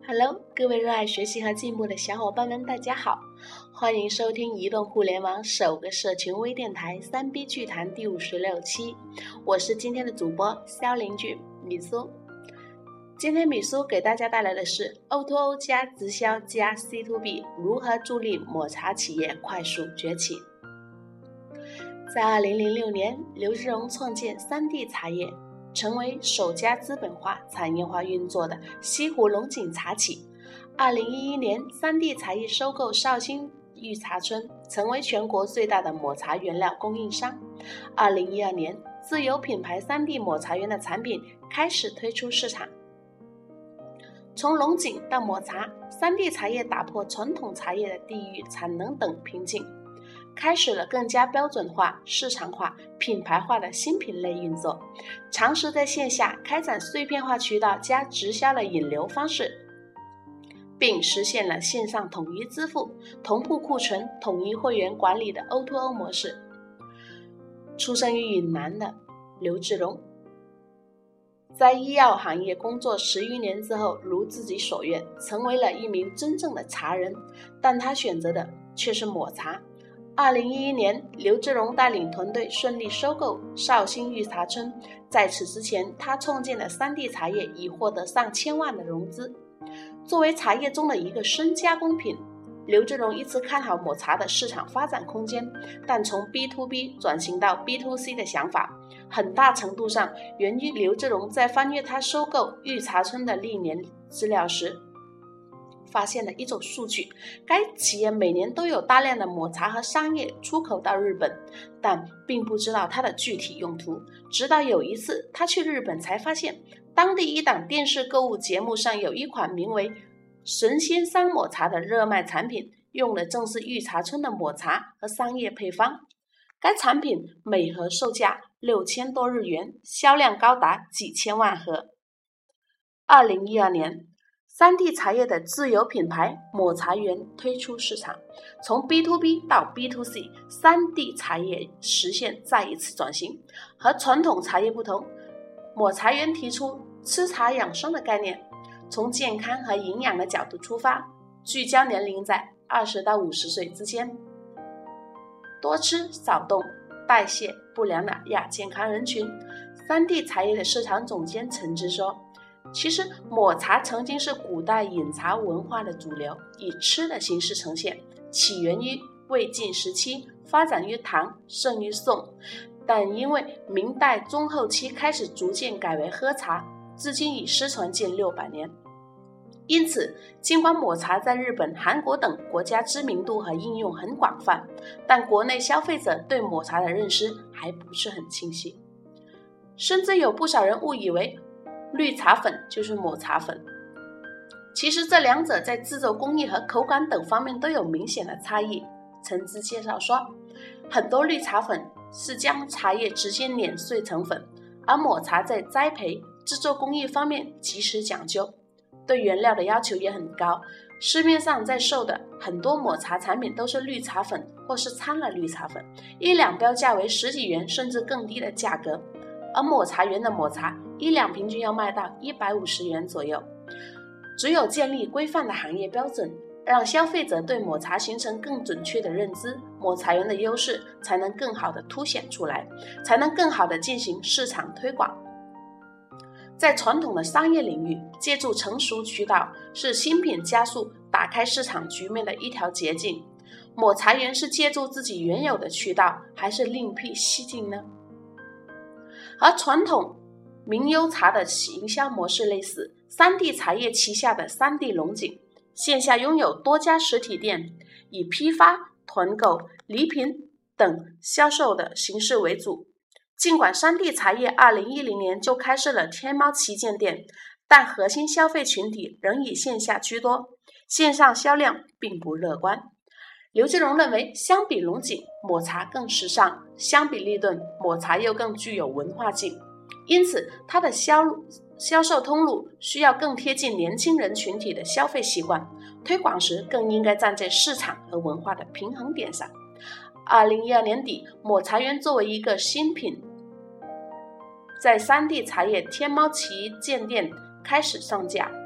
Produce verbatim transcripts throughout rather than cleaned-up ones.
Hello， 各位热爱学习和进步的小伙伴们，大家好，欢迎收听移动互联网首个社群微电台三 B 剧谈第五十六期，我是今天的主播肖林俊米苏。今天米苏给大家带来的是 O to O 加直销加 C to B 如何助力抹茶企业快速崛起。在二零零六年，刘志荣创建三 D 茶叶，成为首家资本化、产业化运作的西湖龙井茶企。二零一一年，三 D 茶叶收购绍兴御茶村，成为全国最大的抹茶原料供应商。二零一二年，自有品牌三 D 抹茶园的产品开始推出市场。从龙井到抹茶，三 D 茶叶打破传统茶叶的地域、产能等瓶颈，开始了更加标准化、市场化、品牌化的新品类运作，尝试在线下开展碎片化渠道加直销的引流方式，并实现了线上统一支付、同步库存、统一会员管理的 O to O 模式。出生于云南的刘志荣，在医药行业工作十余年之后，如自己所愿，成为了一名真正的茶人，但他选择的却是抹茶。二零一一年，刘志荣带领团队顺利收购绍兴御茶村。在此之前，他创建的三 D 茶叶已获得上千万的融资。作为茶叶中的一个深加工品，刘志荣一直看好抹茶的市场发展空间，但从 B to B 转型到 B to C 的想法，很大程度上源于刘志荣在翻阅他收购御茶村的历年资料时，发现了一种数据，该企业每年都有大量的抹茶和桑叶出口到日本，但并不知道它的具体用途。直到有一次他去日本，才发现当地一档电视购物节目上有一款名为神仙桑抹茶的热卖产品，用的正是御茶村的抹茶和桑叶配方。该产品每盒售价六千多日元，销量高达几千万盒。二零一二年，三 D 茶叶的自有品牌抹茶园推出市场，从 B to B 到 B to C， 三 D 茶叶实现再一次转型。和传统茶叶不同，抹茶园提出吃茶养生的概念，从健康和营养的角度出发，聚焦年龄在二十到五十岁之间，多吃少动、代谢不良的亚健康人群。三 D 茶叶的市场总监陈之说，其实抹茶曾经是古代饮茶文化的主流，以吃的形式呈现，起源于魏晋时期，发展于唐，盛于宋，但因为明代中后期开始逐渐改为喝茶，至今已失传近六百年。因此，尽管抹茶在日本、韩国等国家知名度和应用很广泛，但国内消费者对抹茶的认识还不是很清晰，甚至有不少人误以为绿茶粉就是抹茶粉。其实这两者在制作工艺和口感等方面都有明显的差异。陈之介绍说，很多绿茶粉是将茶叶直接碾碎成粉，而抹茶在栽培、制作工艺方面极其讲究，对原料的要求也很高。市面上在售的很多抹茶产品都是绿茶粉或是掺了绿茶粉，一两标价为十几元甚至更低的价格，而抹茶园的抹茶一两平均要卖到一百五十元左右。只有建立规范的行业标准，让消费者对抹茶形成更准确的认知，抹茶园的优势才能更好地凸显出来，才能更好地进行市场推广。在传统的商业领域，借助成熟渠道是新品加速打开市场局面的一条捷径。抹茶园是借助自己原有的渠道，还是另辟蹊径呢？和传统名优茶的营销模式类似，三 D 茶叶旗下的三 D 龙井线下拥有多家实体店，以批发、团购、礼品等销售的形式为主。尽管三 D 茶叶二零一零年就开设了天猫旗舰店，但核心消费群体仍以线下居多，线上销量并不乐观。刘志荣认为，相比龙井，抹茶更时尚，相比立顿，抹茶又更具有文化性，因此它的销销售通路需要更贴近年轻人群体的消费习惯，推广时更应该站在市场和文化的平衡点上。二零一二年底，抹茶园作为一个新品，在三 D 茶叶天猫旗舰店开始上架。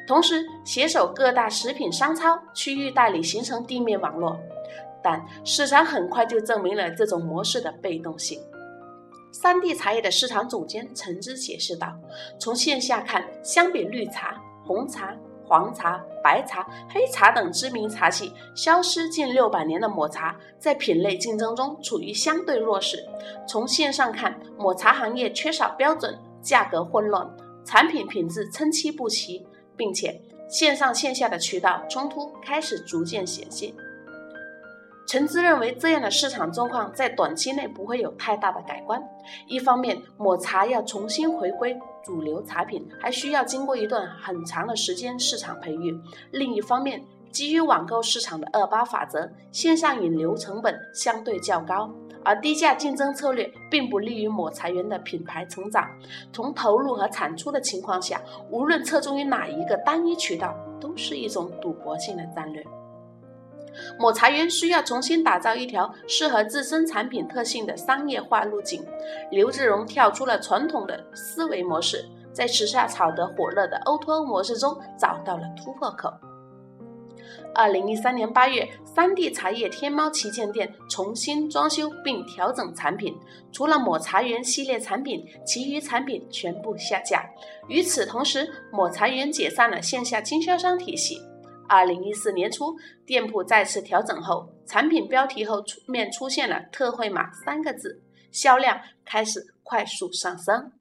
同时携手各大食品商超、区域代理形成地面网络。但市场很快就证明了这种模式的被动性。三地茶叶的市场总监陈芝解释道，从线下看，相比绿茶、红茶、黄茶、白茶、黑茶等知名茶系，消失近六百年的抹茶在品类竞争中处于相对弱势。从线上看，抹茶行业缺少标准，价格混乱，产品品质参差不齐，并且线上线下的渠道冲突开始逐渐显现。陈芝认为，这样的市场状况在短期内不会有太大的改观。一方面，抹茶要重新回归主流茶品，还需要经过一段很长的时间市场培育；另一方面，基于网购市场的二八法则，线上引流成本相对较高，而低价竞争策略并不利于抹茶园的品牌成长。从投入和产出的情况下，无论侧重于哪一个单一渠道，都是一种赌博性的战略。抹茶园需要重新打造一条适合自身产品特性的商业化路径。刘志荣跳出了传统的思维模式，在时下炒得火热的 O to O 模式中找到了突破口。二零一三年八月，三地茶叶天猫旗舰店重新装修并调整产品，除了抹茶园系列产品，其余产品全部下架。与此同时，抹茶园解散了线下经销商体系。二零一四年初，店铺再次调整后，产品标题后面出现了特惠码三个字，销量开始快速上升。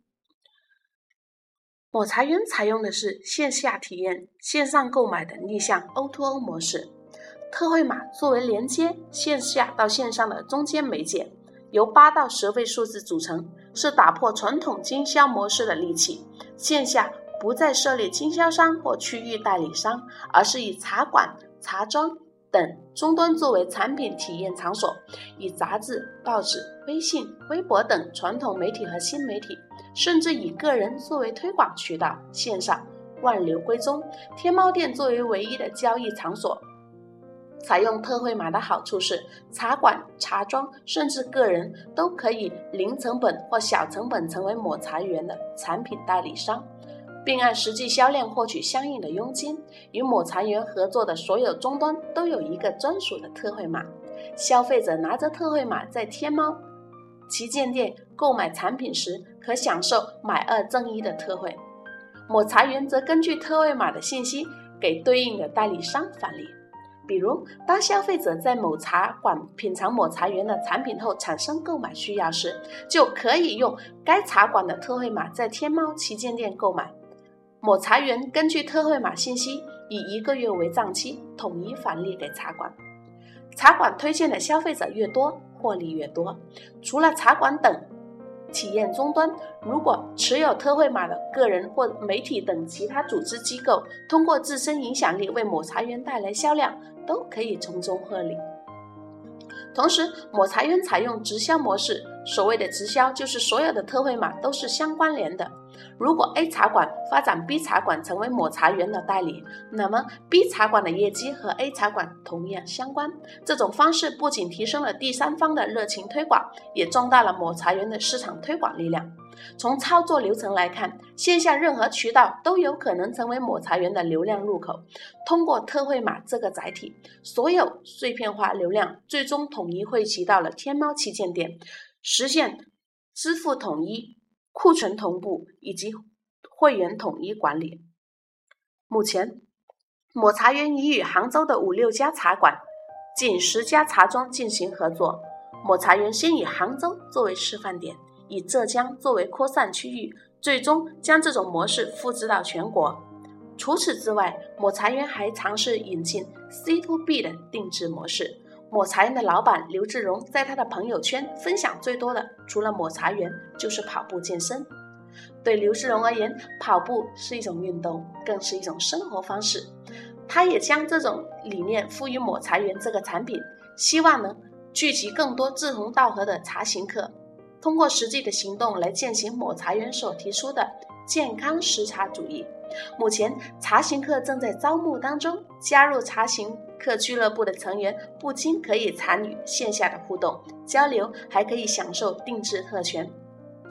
抹茶园采用的是线下体验、线上购买的逆向 O to O 模式，特惠码作为连接线下到线上的中间媒介，由八到十位数字组成，是打破传统经销模式的利器。线下不再设立经销商或区域代理商，而是以茶馆、茶庄等终端作为产品体验场所，以杂志、报纸、微信、微博等传统媒体和新媒体，甚至以个人作为推广渠道，线上万流归宗。天猫店作为唯一的交易场所，采用特惠码的好处是，茶馆、茶庄甚至个人都可以零成本或小成本成为抹茶园的产品代理商，并按实际销量获取相应的佣金。与抹茶园合作的所有终端都有一个专属的特惠码，消费者拿着特惠码在天猫旗舰店购买产品时，可享受买二赠一的特惠。抹茶园则根据特惠码的信息给对应的代理商返利。比如，当消费者在某茶馆品尝抹茶园的产品后产生购买需要时，就可以用该茶馆的特惠码在天猫旗舰店购买。抹茶园根据特惠码信息，以一个月为账期，统一返利给茶馆。茶馆推荐的消费者越多，获利越多。除了茶馆等体验终端，如果持有特惠码的个人或媒体等其他组织机构，通过自身影响力为抹茶园带来销量，都可以从中获利。同时，抹茶园采用直销模式，所谓的直销就是所有的特惠码都是相关联的。如果 A 茶馆发展 B 茶馆成为抹茶园的代理，那么 B 茶馆的业绩和 A 茶馆同样相关。这种方式不仅提升了第三方的热情推广，也壮大了抹茶园的市场推广力量。从操作流程来看，线下任何渠道都有可能成为抹茶园的流量入口。通过特惠码这个载体，所有碎片化流量最终统一汇集到了天猫旗舰店，实现支付统一、库存同步以及会员统一管理。目前，抹茶园已与杭州的五六家茶馆、近十家茶庄进行合作。抹茶园先以杭州作为示范点，以浙江作为扩散区域，最终将这种模式复制到全国。除此之外，抹茶园还尝试引进 C to B 的定制模式。抹茶园的老板刘志荣在他的朋友圈分享最多的，除了抹茶园，就是跑步健身。对刘志荣而言，跑步是一种运动，更是一种生活方式。他也将这种理念赋予抹茶园这个产品，希望呢聚集更多志同道合的茶行客，通过实际的行动来践行抹茶园所提出的健康食茶主义。目前茶行客正在招募当中，加入茶行客俱乐部的成员不仅可以参与线下的互动交流，还可以享受定制特权。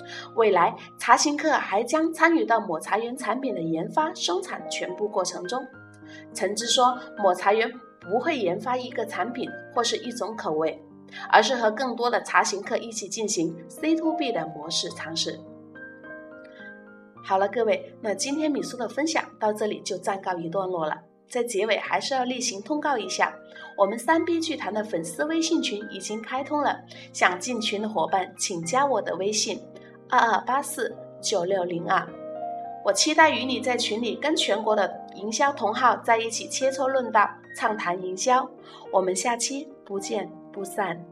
未来茶行客还将参与到抹茶园产品的研发、生产全部过程中。陈芝说，抹茶园不会研发一个产品或是一种口味，而是和更多的茶行客一起进行 C to B 的模式尝试。好了，各位，那今天米苏的分享到这里就暂告一段落了。在结尾还是要例行通告一下，我们三 B 剧团的粉丝微信群已经开通了，想进群的伙伴请加我的微信二二八四九六零二，我期待与你在群里跟全国的营销同好在一起切磋论道，畅谈营销。我们下期不见不散。